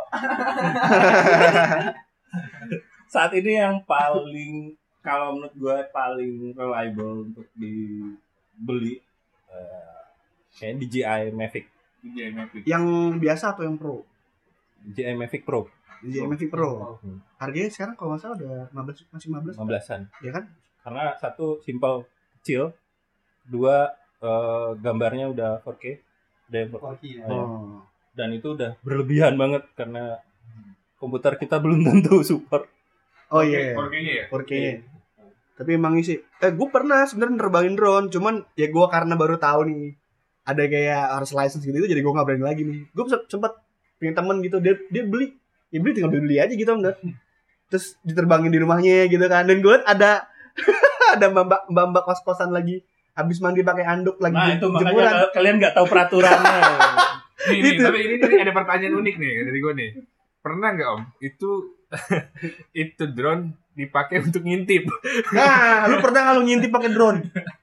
Saat ini yang paling kalau menurut gue paling reliable untuk dibeli uh, kayak D J I Mavic. D J I Mavic. Yang biasa atau yang pro? D J I Mavic Pro D J I Mavic Pro. Hmm. Harganya sekarang kalau nggak salah udah lima belas, masih lima belas. lima belasan. Ya kan? Karena satu simple kecil, dua uh, gambarnya udah four K, udah yang four K. Koki, ya. Oh. Dan itu udah berlebihan banget karena komputer kita belum tentu support. Oh iya. four K-nya ya? four K. Tapi emang sih, eh gue pernah sebenarnya nerbangin drone, cuman ya gue karena baru tahu nih ada kayak harus license gitu, jadi gue nggak berani lagi nih. Gue sempat punya temen gitu, dia dia beli, ya beli tinggal beli aja gitu enggak. Terus diterbangin di rumahnya gitu kan, dan gue ada ada mbak mbak mbak kos kosan lagi, habis mandi pakai anduk lagi Nah itu jemuran. makanya kalian nggak tahu peraturannya. Nih, nih, Gitu. tapi ini, ini ada pertanyaan unik nih dari gue nih. Pernah nggak Om? Itu itu drone dipakai untuk ngintip. Nah, lu pernah nggak lu ngintip pakai drone?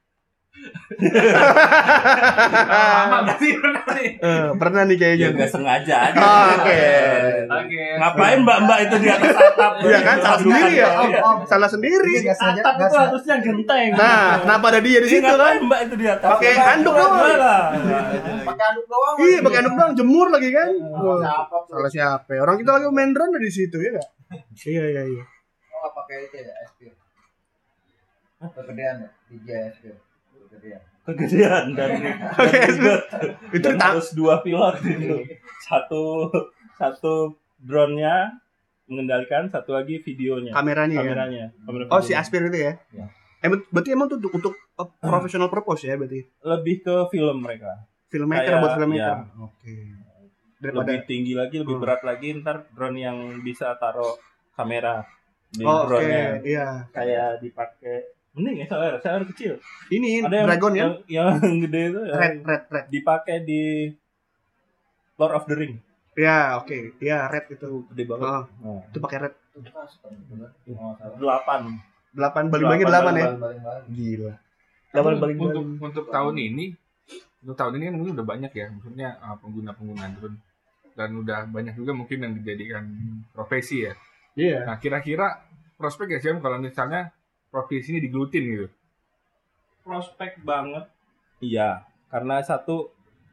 Lama nggak sih pernah nih? Eh, pernah nih kayaknya. Ya nggak sengaja aja. Oh, oke. Oke. Ngapain mbak-mbak itu di atas atap? Iya kan, salah sendiri ya. Om, Om. Salah sendiri. Ini nggak sengaja, Atap nggak itu sengaja. harusnya genteng. Nah, kenapa ada dia di Ini situ kan? ngapain mbak itu di atas? Pakai handuk doang. Lah. Pakai anduk doang. Iya, pakai anduk doang, jemur lagi kan. Wah, Siapa tuh? salah siapa? Orang kita lagi main drone di situ ya enggak? Iya, iya, iya. Oh, nggak pakai itu ya, S P. Kegedean ya, D J I S P. Kegedean. Kegedean dan Oke, itu dan tak harus dua pilot gitu. Satu satu drone-nya mengendalikan, satu lagi videonya. kameranya ya. Kameranya. Kamera Oh, si videonya. Aspir itu ya? Ya. Eh, bet- berarti emang tuh untuk, untuk uh, professional purpose ya berarti? Lebih ke film mereka. Filmmaker Kayak, buat filmmaker. ya. Oke. Daripada Lebih tinggi lagi, lebih Hmm. berat lagi, ntar drone yang bisa taruh kamera di Oh, oke, drone-nya. iya. Kayak dipakai mending ya seller, seller kecil. Ini Ada yang Dragon ya? yang, yang gede itu yang Red, red, red. dipakai di Lord of the Ring. Ya, oke. Iya, red itu. Gede banget. Oh, Nah, itu pakai red. Itu custom, bener. Oh, salah. delapan. Delapan balik-bagi delapan ya? Balik-balik. Gila. Tapi Delapan untuk, balik untuk untuk tahun ini, untuk tahun ini kan mungkin udah banyak ya, maksudnya uh, pengguna-pengguna drone dan udah banyak juga mungkin yang dijadikan profesi ya. Iya. Nah kira-kira prospek ya sih Om, kalau misalnya profesi ini digelutin gitu. Prospek banget. Iya, karena satu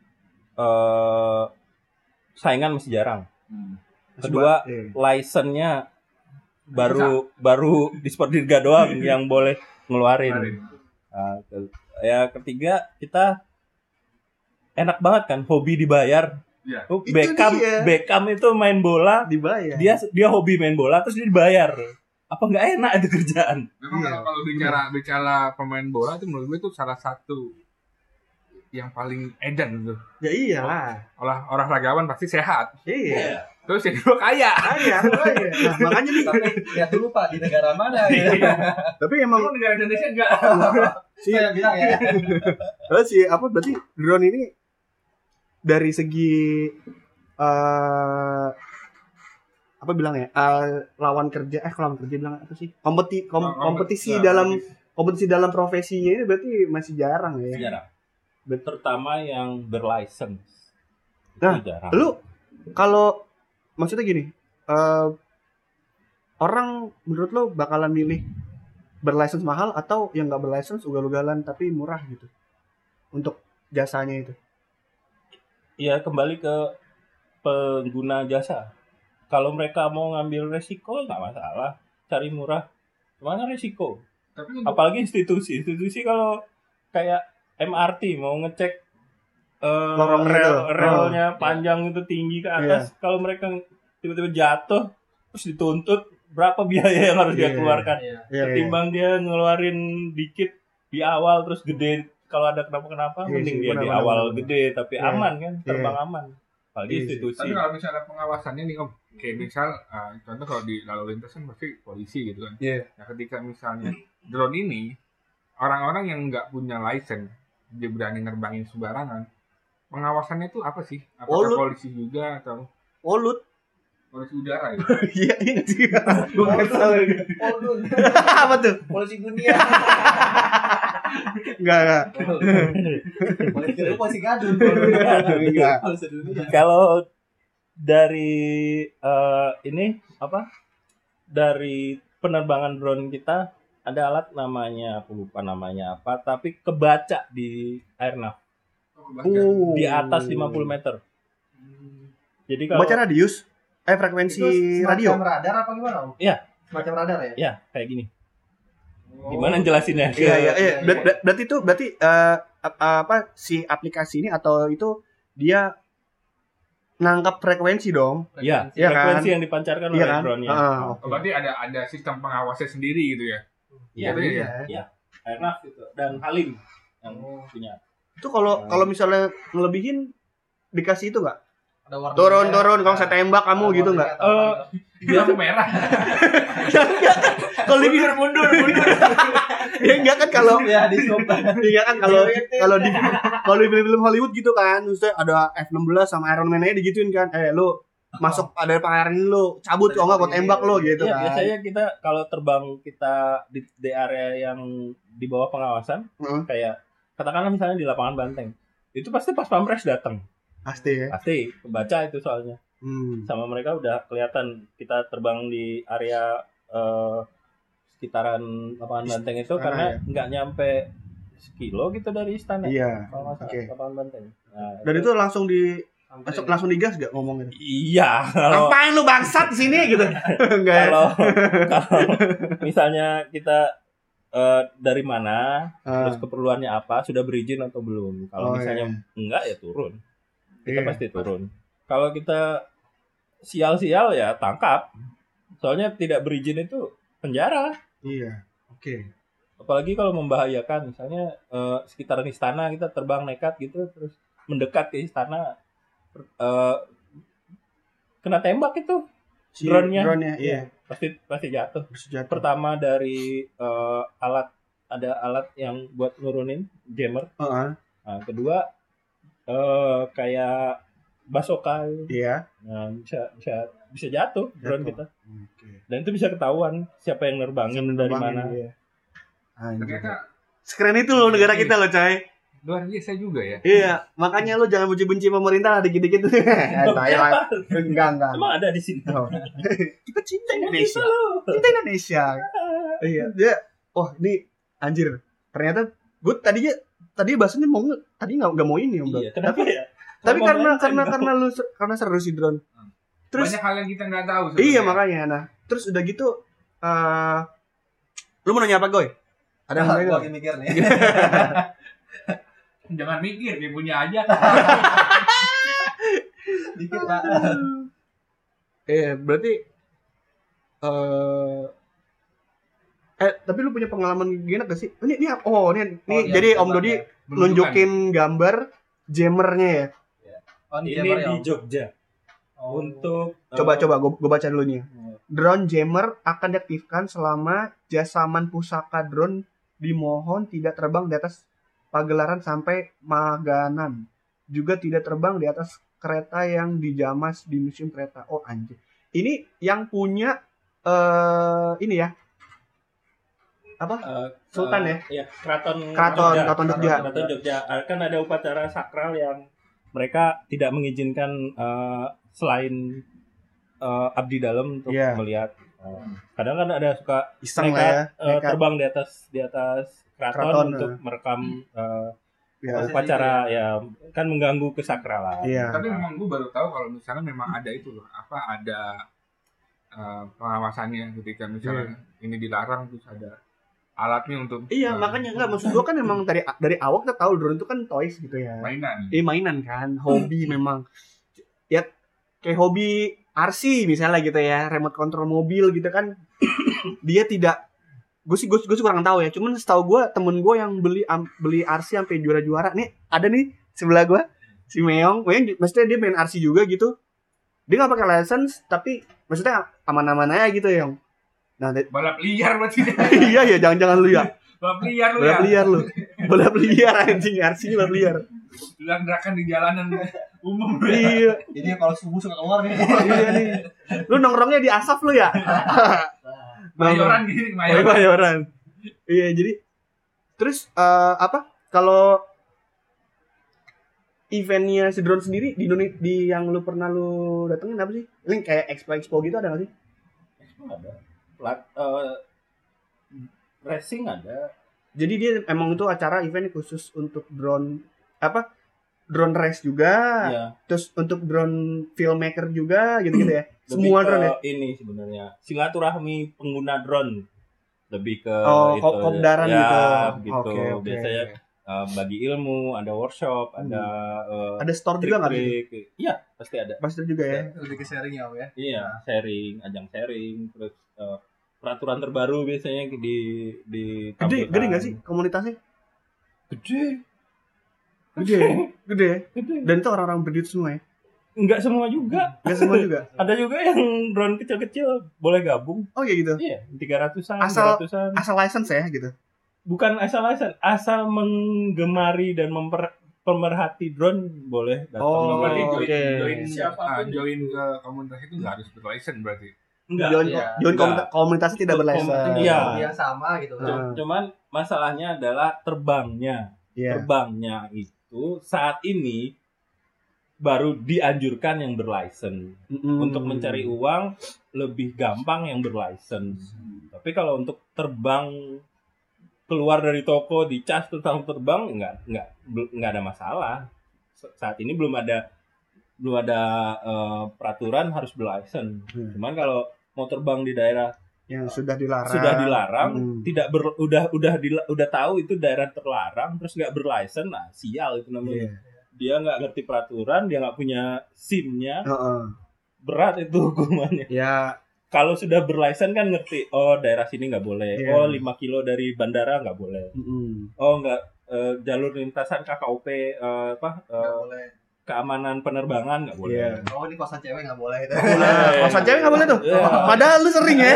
eh saingan masih jarang. Kedua, Iya. license-nya baru baru di Sport Dirga doang yang boleh ngeluarin. Kemarin. Nah, ke- ya ketiga kita enak banget kan hobi dibayar. Iya. Oh, Itu Beckham dia. Beckham itu main bola, dibayar. dia dia hobi main bola terus dia dibayar. Apa nggak enak itu kerjaan? Memang Iya. kalau, kalau bicara bicara pemain bola itu menurut gue itu salah satu yang paling edan tuh. Ya iyalah. Olah olahragawan pasti sehat. Iya. Terus yang kedua kaya. Kaya, kaya. Nah, makanya nih. Tapi lihat dulu Pak di negara mana ya. Tapi emang Emang negara Indonesia enggak? si Saya bilang ya. oh, si apa berarti drone ini dari segi eh apa bilang ya? eh, lawan kerja eh lawan kerja bilang apa sih? Kompeti kom- kompetisi Nah, dalam kompetisi dalam profesinya ini berarti masih jarang ya. Jarang. Terutama yang berlicense. Itu Nah, jarang. Lu kalau maksudnya gini, eh orang menurut lo bakalan milih berlicense mahal atau yang nggak berlicense ugal-ugalan tapi murah gitu untuk jasanya itu? Iya, kembali ke pengguna jasa. Kalau mereka mau ngambil resiko nggak masalah, cari murah. Mana resiko? Tapi untuk Apalagi institusi, institusi kalau kayak M R T mau ngecek eh, Lorongnya rel itu. relnya panjang itu tinggi ke atas, kalau mereka tiba-tiba jatuh terus dituntut, berapa biaya yang harus dia Iya. keluarkan? Iya. Iya, Ketimbang dia ngeluarin dikit di awal terus gede, kalau ada kenapa-kenapa Iya mending sih, dia di benar-benar. awal gede tapi Iya. aman kan, terbang Iya. aman. Apalagi Iya sih. institusi. Tapi kalau misalnya pengawasannya nih om, kayak misal uh, contoh kalau di lalu lintas kan pasti polisi gitu kan. Iya. Nah ketika misalnya drone ini orang-orang yang nggak punya license dia berani nerbangin sembarangan, pengawasannya itu apa sih? Apakah Oh, lu- polisi juga atau Olut. polisi udara gitu? Iya, iya sih. Gua kesel. Polun. Apa tuh? Polisi dunia. Enggak, enggak. Polisi dunia polisi gadun. Enggak. Polisi dunia. Kalau dari eh, ini apa? Dari penerbangan drone kita ada alat namanya, aku lupa namanya apa, tapi kebaca di airnav Oh. di atas lima puluh meter. Jadi kalau Baca radius? Eh frekuensi Itu radio. semacam radar apa gimana om? Iya. Semacam radar ya? ya kayak gini. Gimana jelasinnya? Iya, iya, iya. Ber- ber- Berarti itu berarti eh, ap- apa si aplikasi ini atau itu dia nangkap frekuensi dong? Iya, Iya kan? frekuensi yang dipancarkan Iya oleh kan? drone-nya. Ah, Oh, berarti ada ada sistem pengawasnya sendiri gitu ya? Iya, Gitu ya? iya. Airnav itu dan Halim yang Oh. punya. Itu kalau kalau misalnya ngelebihin dikasih itu nggak? Ada warna Turun merah. turun kalau saya tembak kamu Ada gitu warna nggak? atau apa Eh, gitu. Lampu merah. Kalau mundur mundur mundur. Ya enggak kan kalau Ya di sobat. Iya kan kalau kalau di kalau di film-film Hollywood gitu kan, maksudnya ada F enam belas sama Iron Man aja digituin kan. Eh lu masuk ada pangairan ini lu cabut kalau enggak gua tembak lu gitu Iya, kan. biasanya kita kalau terbang kita di, di area yang di bawah pengawasan, Heeh. kayak katakanlah misalnya di lapangan banteng, itu pasti pas pampres datang, Pasti ya. pasti kebaca itu soalnya. Hmm. Sama mereka udah kelihatan kita terbang di area eh, sekitaran lapangan banteng itu Istana, karena ya? nggak nyampe sekilo gitu dari istana. Iya. Kalau nggak salah, Oke. lapangan banteng. Nah, Dan itu langsung di langsung, langsung digas gak ngomongnya? iya, kalau Ngapain lu bangsat di sini gitu. Enggak ya? kalau kalau misalnya kita eh, dari mana, Ah, terus keperluannya apa, sudah berizin atau belum. Kalau Oh, misalnya iya. enggak ya turun. Kita Iya. pasti turun. Kalau kita sial-sial ya tangkap. Soalnya tidak berizin itu penjara. Iya. Oke. Apalagi kalau membahayakan, misalnya eh, sekitaran istana kita terbang nekat gitu terus mendekat ke istana, eh, kena tembak itu Si Drone-nya. drone-nya iya. pasti pasti jatuh. Bersenjata. Pertama dari eh, alat ada alat yang buat nurunin jammer. Heeh. Nah, kedua eh, kayak basoka, Iya. nah, bisa bisa bisa jatuh drone Jatuh. kita. Oke. Dan itu bisa ketahuan siapa yang nerbangin dari Terbangin, mana. iya. Anjir. Ternyata Sekeren itu loh negara kita loh, coy. luar biasa juga ya. Iya, makanya lu jangan benci-benci pemerintah lah dikit-dikit. Saya lah. Enggak, enggak. Emang ada di sini. Oh. Kita cinta Emang Indonesia. bisa lu? Cinta Indonesia. Iya, dia oh, ini anjir. Ternyata gue tadinya tadi bahasanya mau nge- tadi nggak nggak mau ini, Om. Bro. Iya, kenapa Tapi ya? tapi Mau karena main karena tembak. karena lu ser- karena seru si drone. Terus Banyak hal yang kita nggak tahu. iya sebenarnya. makanya nah. Terus udah gitu eh lu mau nanya apa, Goy? Ada yang Gue nanya lagi mikir nih. Jangan mikir dia punya aja. Dikit pak. Eh, berarti eh eh tapi lu punya pengalaman gini gak sih? Ini ini oh, ini, ini Oh, iya, jadi Om gambar Dodi ya. nunjukin gambar jammernya ya. Oh, Ini jammer ya, di Om? Jogja. Oh. Untuk Coba eh, coba gue baca dulu nih. Drone jammer akan diaktifkan selama jasaman pusaka drone dimohon tidak terbang di atas pagelaran sampai Maganan. Juga tidak terbang di atas kereta yang dijamas di museum kereta. Oh anjir. Ini yang punya eh ini ya. Apa? eh, Sultan eh, Iya, keraton Keraton Jogja. Keraton Jogja. Keraton Jogja. Eh, Kan ada upacara sakral yang mereka tidak mengizinkan eh, selain eh, abdi dalam untuk Iya. melihat. Eh, kadang kan ada suka Iseng mereka lah ya. eh, Nekat. terbang di atas di atas keraton, Keraton, untuk eh. merekam eh, Ya. upacara ya kan mengganggu kesakralan. Iya. Tapi memang gue baru tahu kalau misalnya memang ada itu loh. Apa ada eh, pengawasannya ketika misalnya ini dilarang terus ada alatnya untuk Iya, eh, makanya enggak maksud gua kan emang dari dari awal kita tahu drone itu kan toys gitu ya. mainan. Eh mainan kan, hobi memang. Ya kayak hobi R C misalnya gitu ya, remote control mobil gitu kan. Dia tidak gue sih gue gue sih kurang tahu ya. Cuman setahu gue temen gue yang beli am, beli R C sampai juara-juara nih ada nih sebelah gue si Meong. Meong maksudnya dia main R C juga gitu. Dia nggak pakai license tapi maksudnya aman-aman aja gitu ya. Nah, balap liar berarti. iya ya jangan-jangan lu ya. Balap liar lu Balap ya. liar lu. Balap liar anjing R C balap liar. Gerak-gerakan di jalanan umum. Iya. Jadi kalau subuh suka keluar nih. Iya nih. Lu nongkrongnya di Asaf lu ya? Mayoran gini, Oh, mayoran. Mayoran. Iya, jadi terus eh, apa? Kalau eventnya si drone sendiri di Indonesia di yang lu pernah lu datengin apa sih? Ini kayak expo expo gitu ada nggak sih? Ada. Plat, uh, racing ada. Jadi dia emang itu acara event khusus untuk drone apa? Drone race juga. Iya. Terus untuk drone filmmaker juga gitu-gitu ya. Lebih Semua ke drone ya. Ini sebenarnya silaturahmi pengguna drone. Lebih ke Oh, itu. kop- kopdaran ya, gitu. gitu. Oke, oke. Biasanya uh, bagi ilmu, ada workshop, Hmm. ada uh, Ada store juga nggak gitu? trik-trik. Iya, pasti ada. Pasti juga ya. Lebih ke sharing ya, Om ya. Iya, sharing, ajang sharing, terus uh, peraturan terbaru biasanya di di Gede, gede nggak sih komunitasnya? Gede. Gede, gede. ya? Gede. Dan itu orang-orang berduit semua ya? Enggak semua juga. Nggak semua juga? Ada juga yang drone kecil-kecil boleh gabung. Oh iya gitu? Iya, tiga ratusan, Asal- dua ratusan. Asal license ya gitu? Bukan asal-asal, asal menggemari dan memper pemerhati drone boleh datang. Oh, Berarti join, oke. join, Siapa ah, pun. join ke komunitas itu nggak harus berlicense berarti. Enggak. Join, iya. join Enggak. komunitas, komunitasnya tidak Ikut berlicense. komunitas, iya. Yang sama gitu kan. Ah. Cuman masalahnya adalah terbangnya. Iya. Terbangnya itu saat ini baru dianjurkan yang berlicense. Mm-mm. Untuk mencari uang lebih gampang yang berlicense. Tapi kalau untuk terbang keluar dari toko dicas tentang terbang enggak enggak bel- enggak ada masalah. S- Saat ini belum ada belum ada eh, peraturan harus berlicense. Hmm. Cuman kalau mau terbang di daerah Yang sudah dilarang. sudah dilarang, Hmm. tidak ber, udah udah dila- udah tahu itu daerah terlarang terus nggak berlicense, nah sial itu namanya. Iya. Dia nggak ngerti peraturan, dia nggak punya SIM-nya, Heeh. berat itu hukumannya. Ya, Kalau sudah berlicense kan ngerti, oh daerah sini nggak boleh, Iya. oh lima kilo dari bandara nggak boleh, mm-mm. oh nggak eh, jalur lintasan K K O P eh, apa eh, Nggak boleh. keamanan penerbangan nggak boleh. Iya. Oh, ini kosan cewek nggak boleh itu. Nah, kosan cewek nggak boleh tuh. Iya. Padahal lu sering ya.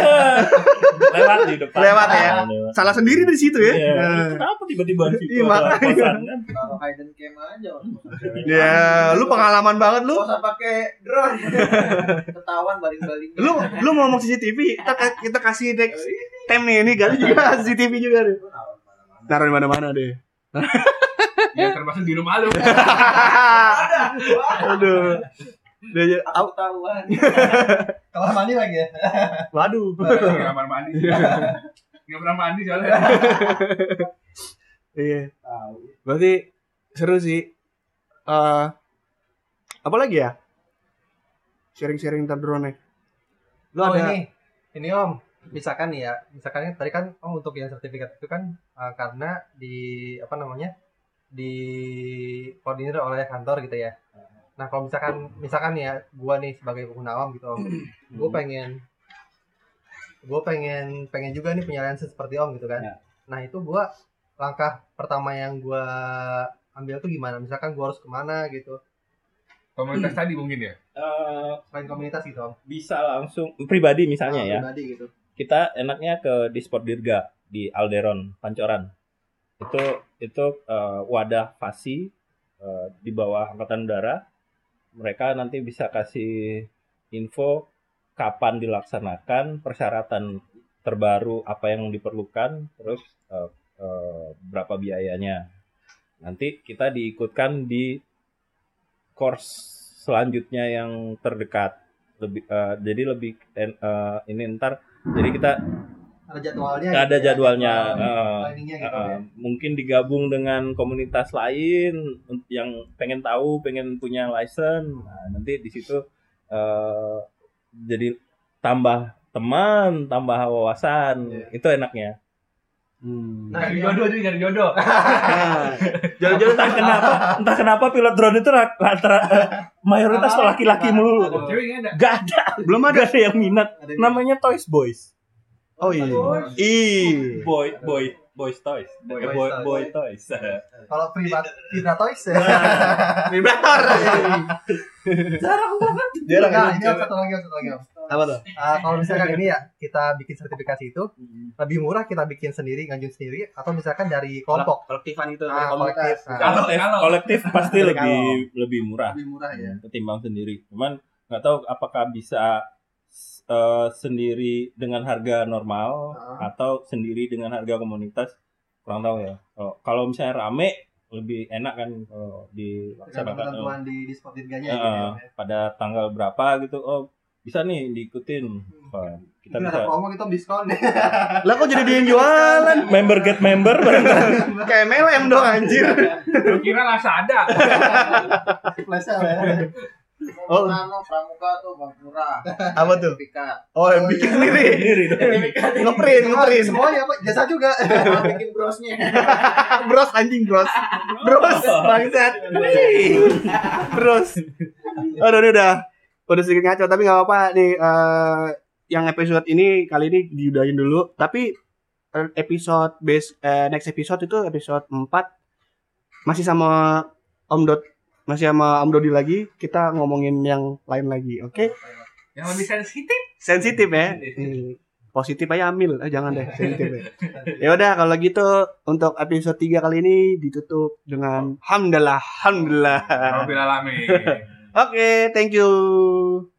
Lewat di depan. Lewat ya? Lewat. Salah sendiri di situ ya. Iya. Nah. Kenapa tiba-tiba di situ Iya, ada makanya. kosan kan? Kalau hidden cam aja orang kosan cewek. Ya, lu pengalaman banget lu. Nggak usah pakai drone. Ketahuan baling-balingnya. Lu lu mau ngomong C C T V, kita kita kasih next tem nih, ini Gali juga C C T V juga deh. Taruh di mana-mana deh. Ya termasuk di rumah lu. Aduh. Udah, ya, Aku ketahuan. Kamar mandi lagi ya. waduh. Di kamar mandi. Nggak pernah mandi soalnya. Iya. Berarti seru sih. Eh apa lagi ya? Sharing-sharing tentang drone. Lu Oh ada ini, ini Om. Misalkan nih ya, misalkan tadi kan Om untuk yang sertifikat itu kan uh, karena di apa namanya di koordinir oleh kantor gitu ya. Nah kalau misalkan misalkan nih ya, gua nih sebagai pengguna awam gitu Om, gua pengen gua pengen pengen juga nih punya license seperti Om gitu kan. Ya. Nah itu gua langkah pertama yang gua ambil tuh gimana? Misalkan gua harus kemana gitu? Komunitas tadi mungkin ya. Eh, Selain komunitas gitu Om. bisa langsung pribadi misalnya Ah, ya. Pribadi gitu. Kita enaknya ke di Sport Dirga di Alderon Pancoran. Itu itu eh, wadah fasi eh, di bawah Angkatan Udara. Mereka nanti bisa kasih info kapan dilaksanakan, persyaratan terbaru apa yang diperlukan, terus eh, eh, berapa biayanya. Nanti kita diikutkan di course selanjutnya yang terdekat. Lebih eh, jadi lebih eh, eh, ini ntar jadi kita Ada jadwalnya. ada gitu ya, jadwalnya jadwal eh, planningnya gitu eh, ya. mungkin digabung dengan komunitas lain yang pengen tahu, pengen punya license. Nah, nanti di situ eh, jadi tambah teman, tambah wawasan. Iya. Itu enaknya. Hmm. Nah, Cari ini jodoh juga, cari jodoh. Nah, jalan-jalan Entah kenapa, entah kenapa pilot drone itu rat- rata- eh, mayoritas laki-laki melulu. Oh, cewek nggak ada. Gak ada, belum ada. gak ada yang minat. Ada yang- Namanya Toys Boys. Oh iya. Ih. Boy boy boys toys. Boy Boys boy, toys. boy toys. Kalau Vibra Vibra Toys ya. Vibrator. Jarang Nah, ya. ini Om, satu lagi Om, satu lagi Om. Apa tuh? Ah, kalau misalkan ini ya kita bikin sertifikasi itu lebih murah kita bikin sendiri, ngajuin sendiri atau misalkan dari kelompok. Kolektifan itu, Ah, komunitas. kolektif. Nah, Kalau Kolektif, kalau kolektif pasti Kalau- lebih lebih murah lebih murah ya. ketimbang sendiri. Cuman nggak tahu apakah bisa eh, sendiri dengan harga normal Ah. atau sendiri dengan harga komunitas, kurang tahu ya. Kalau kalau misalnya rame lebih enak kan kalau Tergantung dilaksanakan eh, ketentuan di Discord Dirganya eh, gitu ya. pada tanggal berapa gitu. Oh bisa nih diikutin. Wah, kita Mungkin bisa ada promo kita diskon deh. Lah kok jadi dia yang jualan? member get member bareng. Kayak M L M dong anjir. lu kira Lazada. Flash ya. Oh. Nano Pramuka tuh Bang Murah. Apa tuh? Sertifikat. Oh, yang bikin sendiri. Ngeprint, ngeprint. Semuanya apa? Jasa juga. Bikin brosnya. Bros anjing bros. Bros bangsat. Bros. Aduh, udah udah. Udah sedikit ngaco tapi nggak apa-apa nih eh, yang episode ini kali ini diudahin dulu. Tapi eh, episode base eh, next episode itu episode empat masih sama Om Dot masih sama Om Dodi lagi. Kita ngomongin yang lain lagi, oke? Yang lebih sensitif. Sensitif ya. Hmm. Positif aja ambil, eh, jangan deh sensitif ya. Ya udah kalau gitu untuk episode tiga kali ini ditutup dengan hamdalah, hamdalah. Rabbil alamin. Oke, thank you.